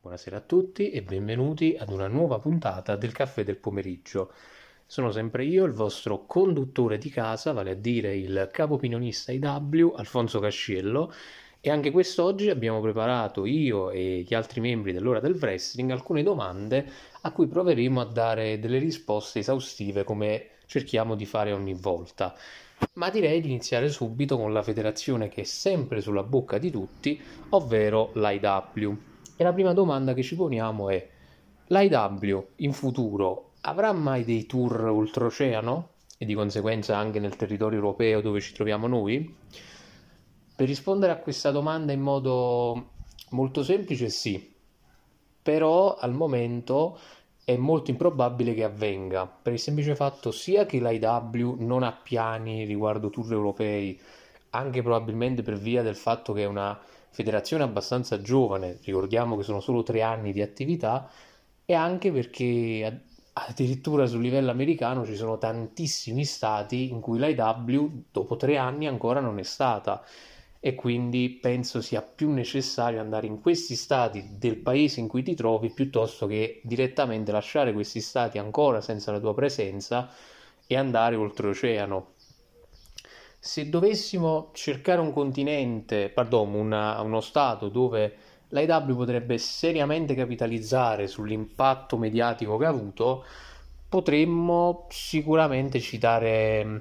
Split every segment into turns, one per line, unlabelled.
Buonasera a tutti e benvenuti ad una nuova puntata del Caffè del Pomeriggio. Sono sempre io, il vostro conduttore di casa, vale a dire il capo opinionista IW, Alfonso Casciello, e anche quest'oggi abbiamo preparato io e gli altri membri dell'Ora del Wrestling alcune domande a cui proveremo a dare delle risposte esaustive come cerchiamo di fare ogni volta. Ma direi di iniziare subito con la federazione che è sempre sulla bocca di tutti, ovvero l'IW. E la prima domanda che ci poniamo è: l'IW in futuro avrà mai dei tour oltreoceano? E di conseguenza anche nel territorio europeo dove ci troviamo noi? Per rispondere a questa domanda in modo molto semplice, sì, però al momento è molto improbabile che avvenga, per il semplice fatto sia che l'IW non ha piani riguardo tour europei, anche probabilmente per via del fatto che è una federazione abbastanza giovane, ricordiamo che sono solo 3 anni di attività, e anche perché addirittura sul livello americano ci sono tantissimi stati in cui l'IW dopo 3 anni ancora non è stata e quindi penso sia più necessario andare in questi stati del paese in cui ti trovi piuttosto che direttamente lasciare questi stati ancora senza la tua presenza e andare oltreoceano. Se dovessimo cercare un continente, pardon, uno stato dove l'AEW potrebbe seriamente capitalizzare sull'impatto mediatico che ha avuto, potremmo sicuramente citare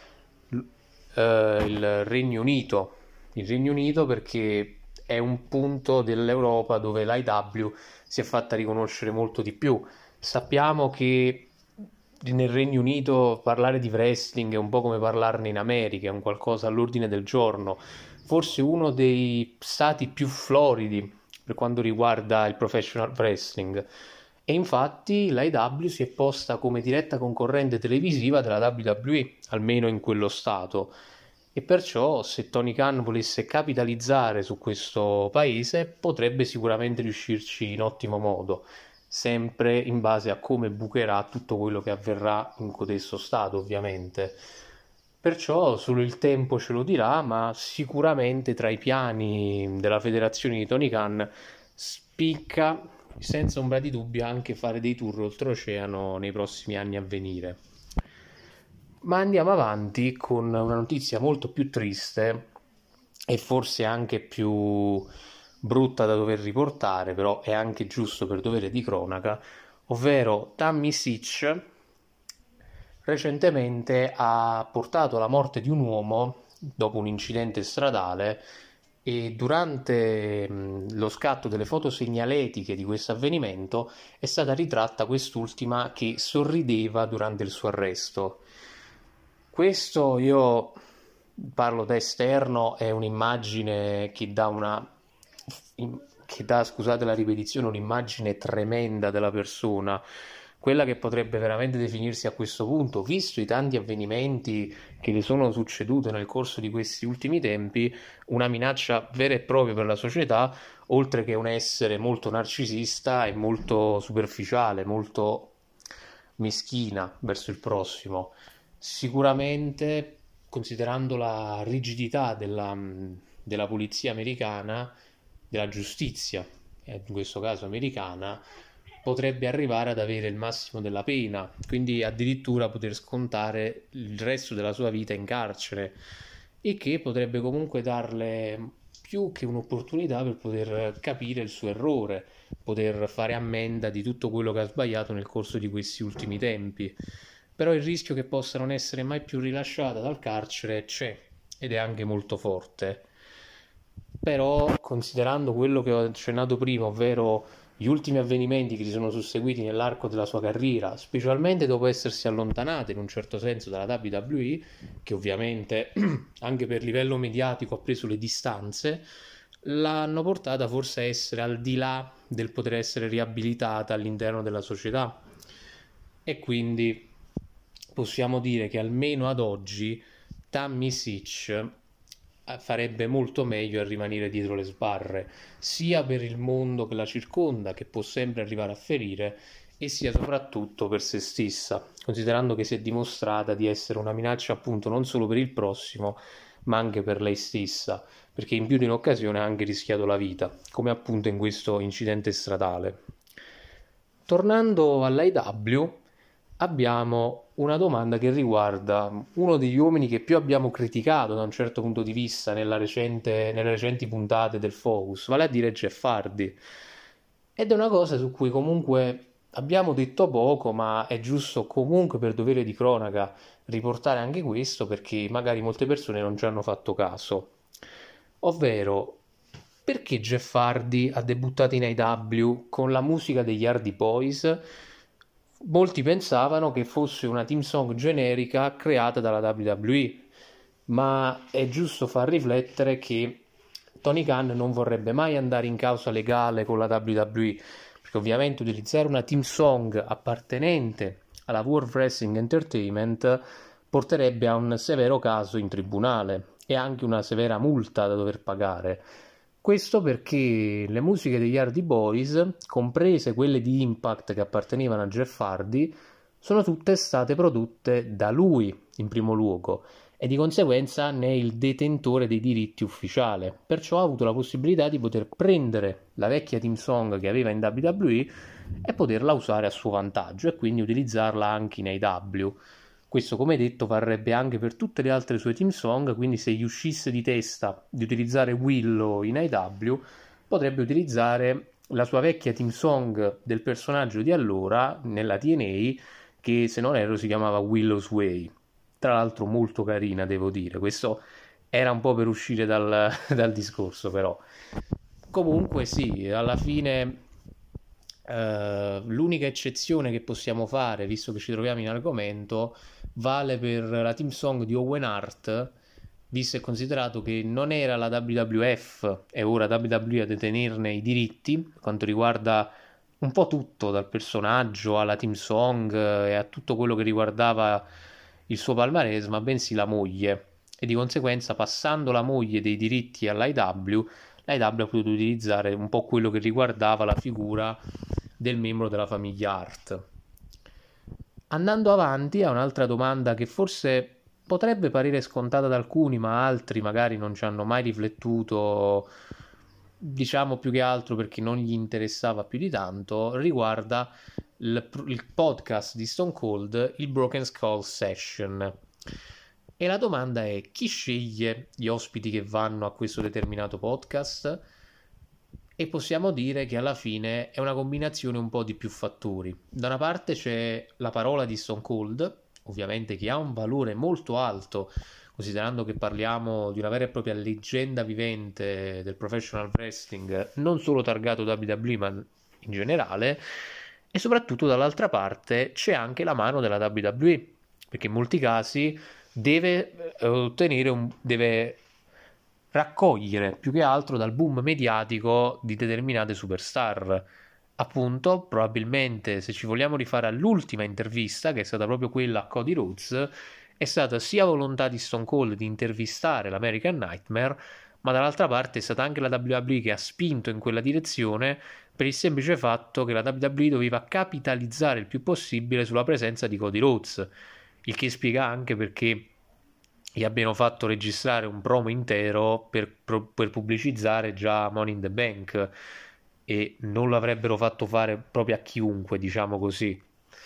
il Regno Unito. Il Regno Unito perché è un punto dell'Europa dove l'AEW si è fatta riconoscere molto di più. Sappiamo che nel Regno Unito parlare di wrestling è un po' come parlarne in America, è un qualcosa all'ordine del giorno, forse uno dei stati più floridi per quanto riguarda il professional wrestling. E infatti l'AEW si è posta come diretta concorrente televisiva della WWE, almeno in quello stato. E perciò se Tony Khan volesse capitalizzare su questo paese potrebbe sicuramente riuscirci in ottimo modo, sempre in base a come bucherà tutto quello che avverrà in codesto stato, ovviamente. Perciò solo il tempo ce lo dirà, ma sicuramente tra i piani della federazione di Tony Khan spicca senza ombra di dubbio anche fare dei tour oltreoceano nei prossimi anni a venire. Ma andiamo avanti con una notizia molto più triste e forse anche più brutta da dover riportare, però è anche giusto per dovere di cronaca, ovvero Tammy Sitch recentemente ha portato alla morte di un uomo dopo un incidente stradale e durante lo scatto delle foto segnaletiche di questo avvenimento è stata ritratta quest'ultima che sorrideva durante il suo arresto. Questo io parlo da esterno, è un'immagine che dà, scusate la ripetizione, un'immagine tremenda della persona, quella che potrebbe veramente definirsi a questo punto, visto i tanti avvenimenti che le sono succedute nel corso di questi ultimi tempi, una minaccia vera e propria per la società, oltre che un essere molto narcisista e molto superficiale, molto meschina verso il prossimo. Sicuramente, considerando la rigidità della polizia americana, della giustizia, in questo caso americana, potrebbe arrivare ad avere il massimo della pena, quindi addirittura poter scontare il resto della sua vita in carcere, e che potrebbe comunque darle più che un'opportunità per poter capire il suo errore, poter fare ammenda di tutto quello che ha sbagliato nel corso di questi ultimi tempi. Però il rischio che possa non essere mai più rilasciata dal carcere c'è ed è anche molto forte. Però, considerando quello che ho accennato prima, ovvero gli ultimi avvenimenti che si sono susseguiti nell'arco della sua carriera, specialmente dopo essersi allontanata in un certo senso dalla WWE, che ovviamente anche per livello mediatico ha preso le distanze, l'hanno portata forse a essere al di là del poter essere riabilitata all'interno della società. E quindi possiamo dire che almeno ad oggi Tammy Sitch farebbe molto meglio a rimanere dietro le sbarre, sia per il mondo che la circonda, che può sempre arrivare a ferire, e sia soprattutto per se stessa, considerando che si è dimostrata di essere una minaccia appunto non solo per il prossimo, ma anche per lei stessa. perché in più di un'occasione ha anche rischiato la vita, come appunto in questo incidente stradale. Tornando all'AEW, abbiamo una domanda che riguarda uno degli uomini che più abbiamo criticato da un certo punto di vista nelle recenti puntate del Focus, vale a dire Jeff Hardy. Ed è una cosa su cui comunque abbiamo detto poco, ma è giusto comunque per dovere di cronaca riportare anche questo perché magari molte persone non ci hanno fatto caso. Ovvero, perché Jeff Hardy ha debuttato in AEW con la musica degli Hardy Boys? Molti pensavano che fosse una team song generica creata dalla WWE, ma è giusto far riflettere che Tony Khan non vorrebbe mai andare in causa legale con la WWE, perché ovviamente utilizzare una team song appartenente alla World Wrestling Entertainment porterebbe a un severo caso in tribunale e anche una severa multa da dover pagare. Questo perché le musiche degli Hardy Boys, comprese quelle di Impact che appartenevano a Jeff Hardy, sono tutte state prodotte da lui in primo luogo e di conseguenza ne è il detentore dei diritti ufficiale. Perciò ha avuto la possibilità di poter prendere la vecchia team song che aveva in WWE e poterla usare a suo vantaggio e quindi utilizzarla anche in AEW. Questo, come detto, varrebbe anche per tutte le altre sue team song, quindi se gli uscisse di testa di utilizzare Willow in AEW, potrebbe utilizzare la sua vecchia team song del personaggio di allora, nella TNA, che se non erro si chiamava Willow's Way. Tra l'altro molto carina, devo dire. Questo era un po' per uscire dal discorso, però. Comunque sì, alla fine l'unica eccezione che possiamo fare, visto che ci troviamo in argomento, vale per la team song di Owen Hart, visto e considerato che non era la WWF e ora WWE a detenerne i diritti, per quanto riguarda un po' tutto, dal personaggio alla team song e a tutto quello che riguardava il suo palmarès, ma bensì la moglie. E di conseguenza, passando la moglie dei diritti all'IW, l'IW ha potuto utilizzare un po' quello che riguardava la figura del membro della famiglia Hart. Andando avanti a un'altra domanda che forse potrebbe parere scontata ad alcuni, ma altri magari non ci hanno mai riflettuto, diciamo più che altro perché non gli interessava più di tanto, riguarda il podcast di Stone Cold, il Broken Skull Session. E la domanda è: chi sceglie gli ospiti che vanno a questo determinato podcast? E possiamo dire che alla fine è una combinazione un po' di più fattori. Da una parte c'è la parola di Stone Cold, ovviamente, che ha un valore molto alto, considerando che parliamo di una vera e propria leggenda vivente del professional wrestling, non solo targato WWE ma in generale. E soprattutto dall'altra parte c'è anche la mano della WWE, perché in molti casi deve deve raccogliere più che altro dal boom mediatico di determinate superstar. Appunto, probabilmente, se ci vogliamo rifare all'ultima intervista, che è stata proprio quella a Cody Rhodes, è stata sia volontà di Stone Cold di intervistare l'American Nightmare, ma dall'altra parte è stata anche la WWE che ha spinto in quella direzione per il semplice fatto che la WWE doveva capitalizzare il più possibile sulla presenza di Cody Rhodes, il che spiega anche perché gli abbiano fatto registrare un promo intero per pubblicizzare già Money in the Bank e non lo avrebbero fatto fare proprio a chiunque, diciamo così.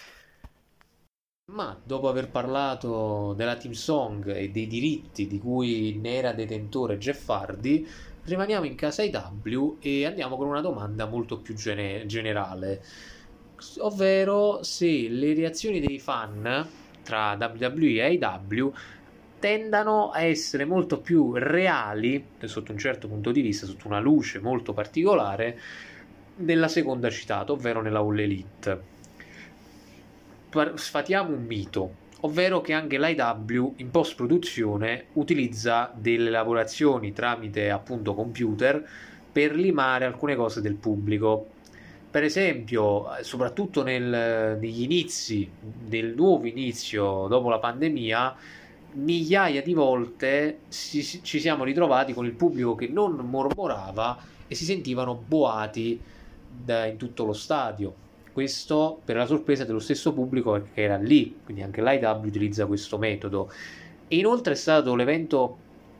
Ma dopo aver parlato della team song e dei diritti di cui ne era detentore Jeff Hardy, rimaniamo in casa IW e andiamo con una domanda molto più generale, ovvero se le reazioni dei fan tra WWE e AEW tendano a essere molto più reali sotto un certo punto di vista, sotto una luce molto particolare della seconda citata, ovvero nella All Elite. Sfatiamo un mito, ovvero che anche l'IW in post-produzione utilizza delle lavorazioni tramite appunto computer per limare alcune cose del pubblico. Per esempio, soprattutto negli inizi del nuovo inizio dopo la pandemia, migliaia di volte ci siamo ritrovati con il pubblico che non mormorava e si sentivano boati in tutto lo stadio. Questo per la sorpresa dello stesso pubblico che era lì, quindi anche l'IW utilizza questo metodo. E inoltre è stato l'evento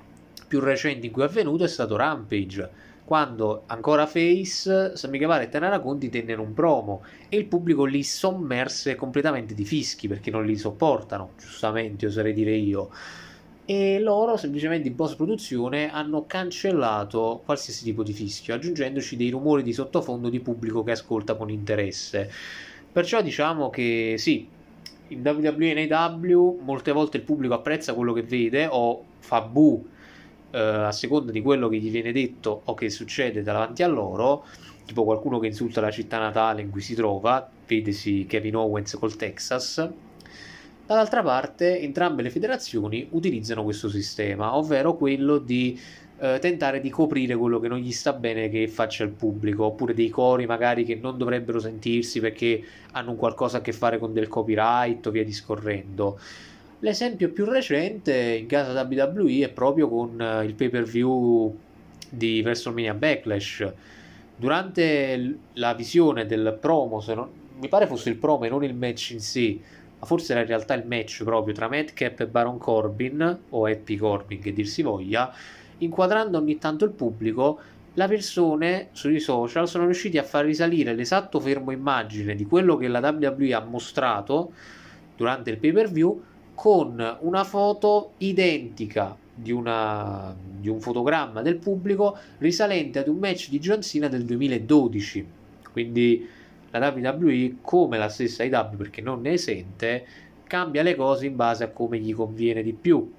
più recente in cui è avvenuto è stato Rampage, quando ancora face Sammy Guevara e Tanara Conti tennero un promo e il pubblico li sommerse completamente di fischi perché non li sopportano, giustamente oserei dire io. E loro semplicemente in post produzione hanno cancellato qualsiasi tipo di fischio, aggiungendoci dei rumori di sottofondo di pubblico che ascolta con interesse. Perciò diciamo che sì, in WWE e in AEW molte volte il pubblico apprezza quello che vede o fa bu a seconda di quello che gli viene detto o che succede davanti a loro, tipo qualcuno che insulta la città natale in cui si trova, vedesi Kevin Owens col Texas. Dall'altra parte, entrambe le federazioni utilizzano questo sistema, ovvero quello di tentare di coprire quello che non gli sta bene che faccia il pubblico, oppure dei cori magari che non dovrebbero sentirsi perché hanno un qualcosa a che fare con del copyright o via discorrendo. L'esempio più recente in casa WWE è proprio con il pay-per-view di WrestleMania Backlash. Durante la visione del promo, se non, mi pare fosse il promo e non il match in sé, ma forse era in realtà il match proprio tra Madcap e Baron Corbin, o Happy Corbin che dir si voglia, inquadrando ogni tanto il pubblico, le persone sui social sono riusciti a far risalire l'esatto fermo immagine di quello che la WWE ha mostrato durante il pay-per-view con una foto identica di un fotogramma del pubblico risalente ad un match di John Cena del 2012. Quindi la WWE, come la stessa AEW, perché non ne è esente, cambia le cose in base a come gli conviene di più.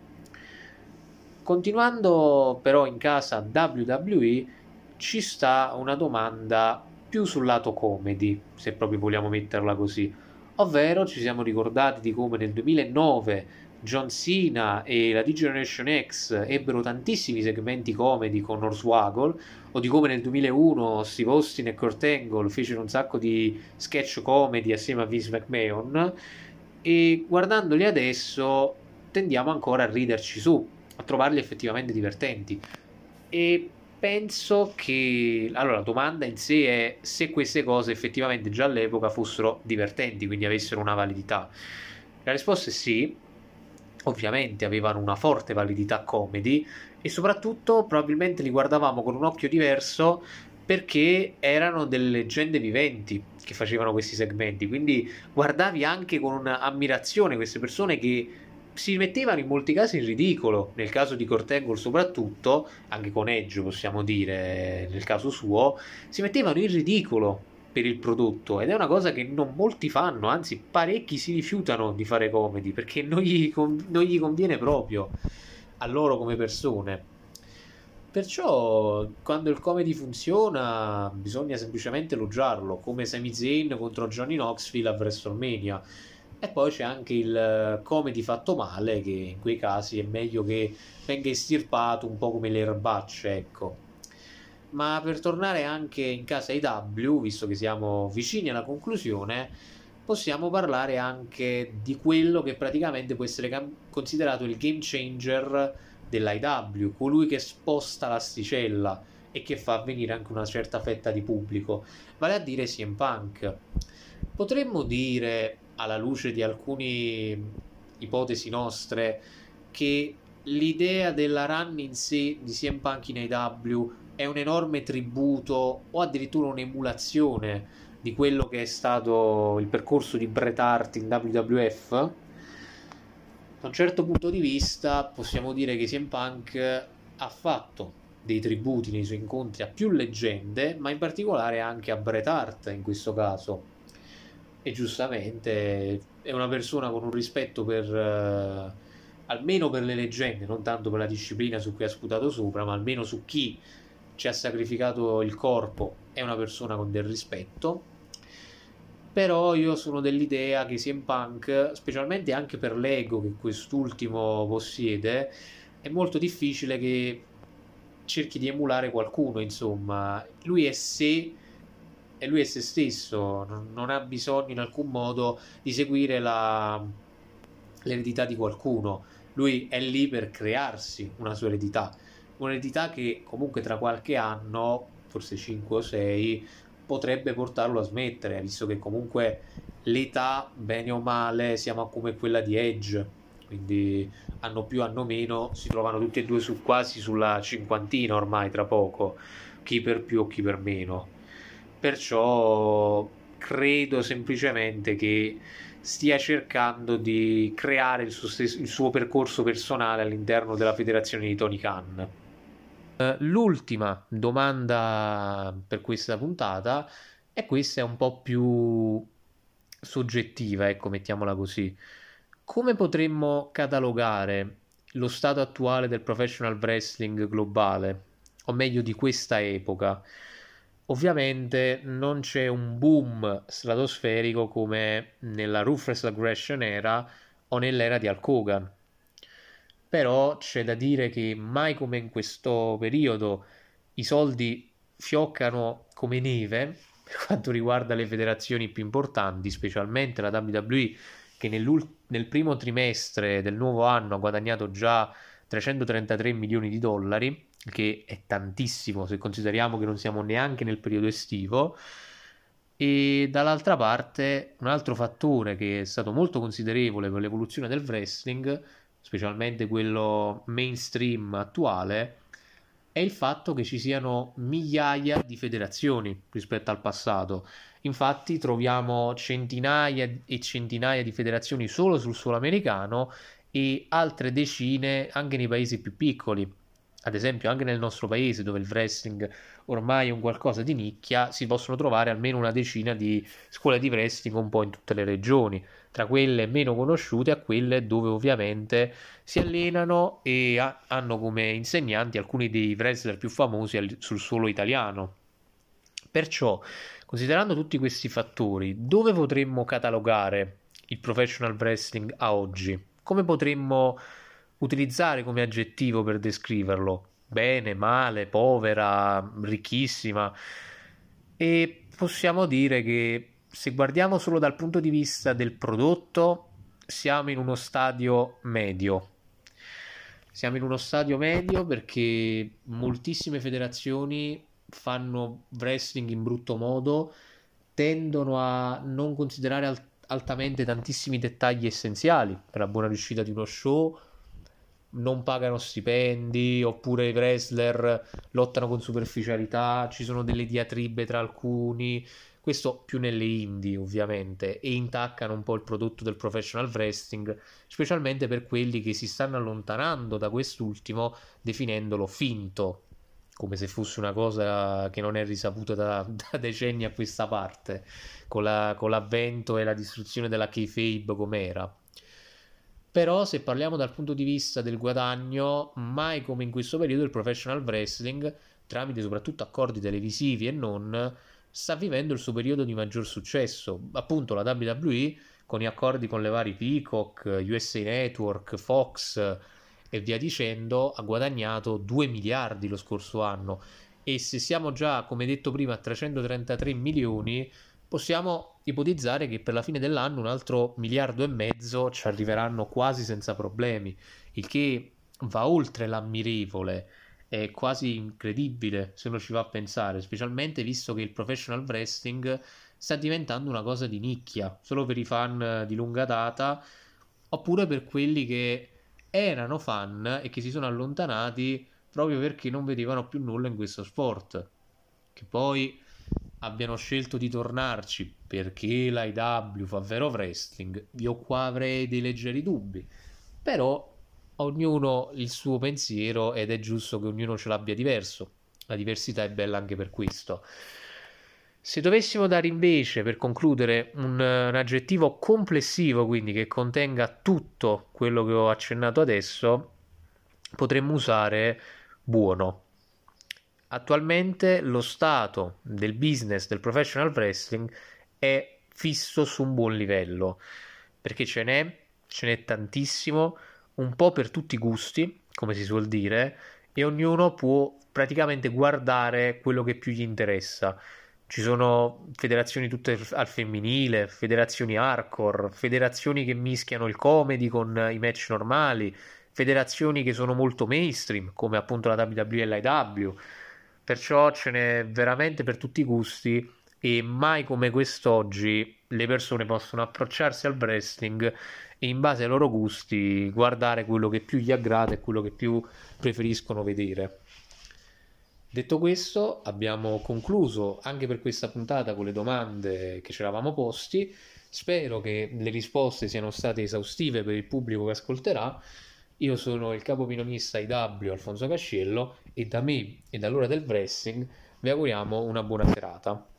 Continuando però in casa WWE, ci sta una domanda più sul lato comedy, se proprio vogliamo metterla così. Ovvero ci siamo ricordati di come nel 2009 John Cena e la D-Generation X ebbero tantissimi segmenti comedy con Hornswoggle, o di come nel 2001 Steve Austin e Kurt Angle fecero un sacco di sketch comedy assieme a Vince McMahon, e guardandoli adesso tendiamo ancora a riderci su, a trovarli effettivamente divertenti. E penso che allora la domanda in sé è se queste cose effettivamente già all'epoca fossero divertenti, quindi avessero una validità. La risposta è sì, ovviamente avevano una forte validità comedy e soprattutto probabilmente li guardavamo con un occhio diverso perché erano delle leggende viventi che facevano questi segmenti, quindi guardavi anche con ammirazione queste persone che si mettevano in molti casi in ridicolo, nel caso di Kurt Angle soprattutto, anche con Edge possiamo dire nel caso suo, si mettevano in ridicolo per il prodotto ed è una cosa che non molti fanno, anzi parecchi si rifiutano di fare comedy perché non gli conviene proprio a loro come persone. Perciò quando il comedy funziona bisogna semplicemente elogiarlo, come Sami Zayn contro Johnny Knoxville a WrestleMania. E poi c'è anche il comedy fatto male, che in quei casi è meglio che venga estirpato un po' come le erbacce, ecco. Ma per tornare anche in casa AEW, visto che siamo vicini alla conclusione, possiamo parlare anche di quello che praticamente può essere considerato il game changer dell'AEW, colui che sposta l'asticella e che fa avvenire anche una certa fetta di pubblico, vale a dire CM Punk. Potremmo dire, alla luce di alcune ipotesi nostre, che l'idea della run in sé di CM Punk in AEW è un enorme tributo o addirittura un'emulazione di quello che è stato il percorso di Bret Hart in WWF. Da un certo punto di vista possiamo dire che CM Punk ha fatto dei tributi nei suoi incontri a più leggende, ma in particolare anche a Bret Hart in questo caso. E giustamente è una persona con un rispetto per almeno per le leggende, non tanto per la disciplina su cui ha sputato sopra, ma almeno su chi ci ha sacrificato il corpo, è una persona con del rispetto. Però io sono dell'idea che CM Punk, specialmente anche per l'ego che quest'ultimo possiede, è molto difficile che cerchi di emulare qualcuno, insomma. Lui è sé e lui è se stesso, non ha bisogno in alcun modo di seguire l'eredità di qualcuno. Lui è lì per crearsi una sua eredità, un'eredità che comunque tra qualche anno, forse 5 o 6, potrebbe portarlo a smettere, visto che comunque l'età, bene o male, siamo come quella di Edge, quindi anno più anno meno si trovano tutti e due su quasi sulla cinquantina ormai tra poco, chi per più o chi per meno. Perciò credo semplicemente che stia cercando di creare il suo percorso personale all'interno della federazione di Tony Khan. L'ultima domanda per questa puntata, e questa è un po' più soggettiva, ecco, mettiamola così. Come potremmo catalogare lo stato attuale del professional wrestling globale, o meglio di questa epoca? Ovviamente non c'è un boom stratosferico come nella Ruthless Aggression era o nell'era di Hulk Hogan. Però c'è da dire che mai come in questo periodo i soldi fioccano come neve per quanto riguarda le federazioni più importanti, specialmente la WWE, che nel primo trimestre del nuovo anno ha guadagnato già 333 milioni di dollari, che è tantissimo se consideriamo che non siamo neanche nel periodo estivo. E dall'altra parte, un altro fattore che è stato molto considerevole per l'evoluzione del wrestling, specialmente quello mainstream attuale, è il fatto che ci siano migliaia di federazioni rispetto al passato. Infatti troviamo centinaia e centinaia di federazioni solo sul suolo americano e altre decine anche nei paesi più piccoli. Ad esempio, anche nel nostro paese, dove il wrestling ormai è un qualcosa di nicchia, si possono trovare almeno una decina di scuole di wrestling un po' in tutte le regioni, tra quelle meno conosciute a quelle dove ovviamente si allenano e hanno come insegnanti alcuni dei wrestler più famosi sul suolo italiano. Perciò, considerando tutti questi fattori, dove potremmo catalogare il professional wrestling a oggi? Come potremmo utilizzare come aggettivo per descriverlo? Bene, male, povera, ricchissima? E possiamo dire che se guardiamo solo dal punto di vista del prodotto, siamo in uno stadio medio. Siamo in uno stadio medio perché moltissime federazioni fanno wrestling in brutto modo, tendono a non considerare altamente tantissimi dettagli essenziali per la buona riuscita di uno show, non pagano stipendi, oppure i wrestler lottano con superficialità, ci sono delle diatribe tra alcuni, questo più nelle indie ovviamente, e intaccano un po' il prodotto del professional wrestling, specialmente per quelli che si stanno allontanando da quest'ultimo definendolo finto, come se fosse una cosa che non è risaputa da decenni a questa parte, con l'avvento e la distruzione della kayfabe com'era. Però se parliamo dal punto di vista del guadagno, mai come in questo periodo il professional wrestling, tramite soprattutto accordi televisivi e non, sta vivendo il suo periodo di maggior successo. Appunto la WWE con gli accordi con le varie Peacock, USA Network, Fox e via dicendo, ha guadagnato 2 miliardi lo scorso anno. E se siamo già, come detto prima, a 333 milioni, possiamo ipotizzare che per la fine dell'anno un altro miliardo e mezzo ci arriveranno quasi senza problemi, il che va oltre l'ammirevole, è quasi incredibile se uno ci va a pensare, specialmente visto che il professional wrestling sta diventando una cosa di nicchia, solo per i fan di lunga data, oppure per quelli che erano fan e che si sono allontanati proprio perché non vedevano più nulla in questo sport. Che poi abbiano scelto di tornarci perché l'AEW fa vero wrestling, io qua avrei dei leggeri dubbi. Però ognuno il suo pensiero ed è giusto che ognuno ce l'abbia diverso. La diversità è bella anche per questo. Se dovessimo dare invece, per concludere, un aggettivo complessivo, quindi che contenga tutto quello che ho accennato adesso, potremmo usare buono. Attualmente lo stato del business del professional wrestling è fisso su un buon livello, perché ce n'è tantissimo, un po' per tutti i gusti, come si suol dire, e ognuno può praticamente guardare quello che più gli interessa. Ci sono federazioni tutte al femminile, federazioni hardcore, federazioni che mischiano il comedy con i match normali, federazioni che sono molto mainstream, come appunto la WWE e l'AEW. Perciò ce n'è veramente per tutti i gusti e mai come quest'oggi le persone possono approcciarsi al wrestling e in base ai loro gusti guardare quello che più gli aggrada e quello che più preferiscono vedere. Detto questo, abbiamo concluso anche per questa puntata con le domande che ci eravamo posti. Spero che le risposte siano state esaustive per il pubblico che ascolterà. Io sono il capopilonista IW Alfonso Casciello e da me e dall'ora del wrestling vi auguriamo una buona serata.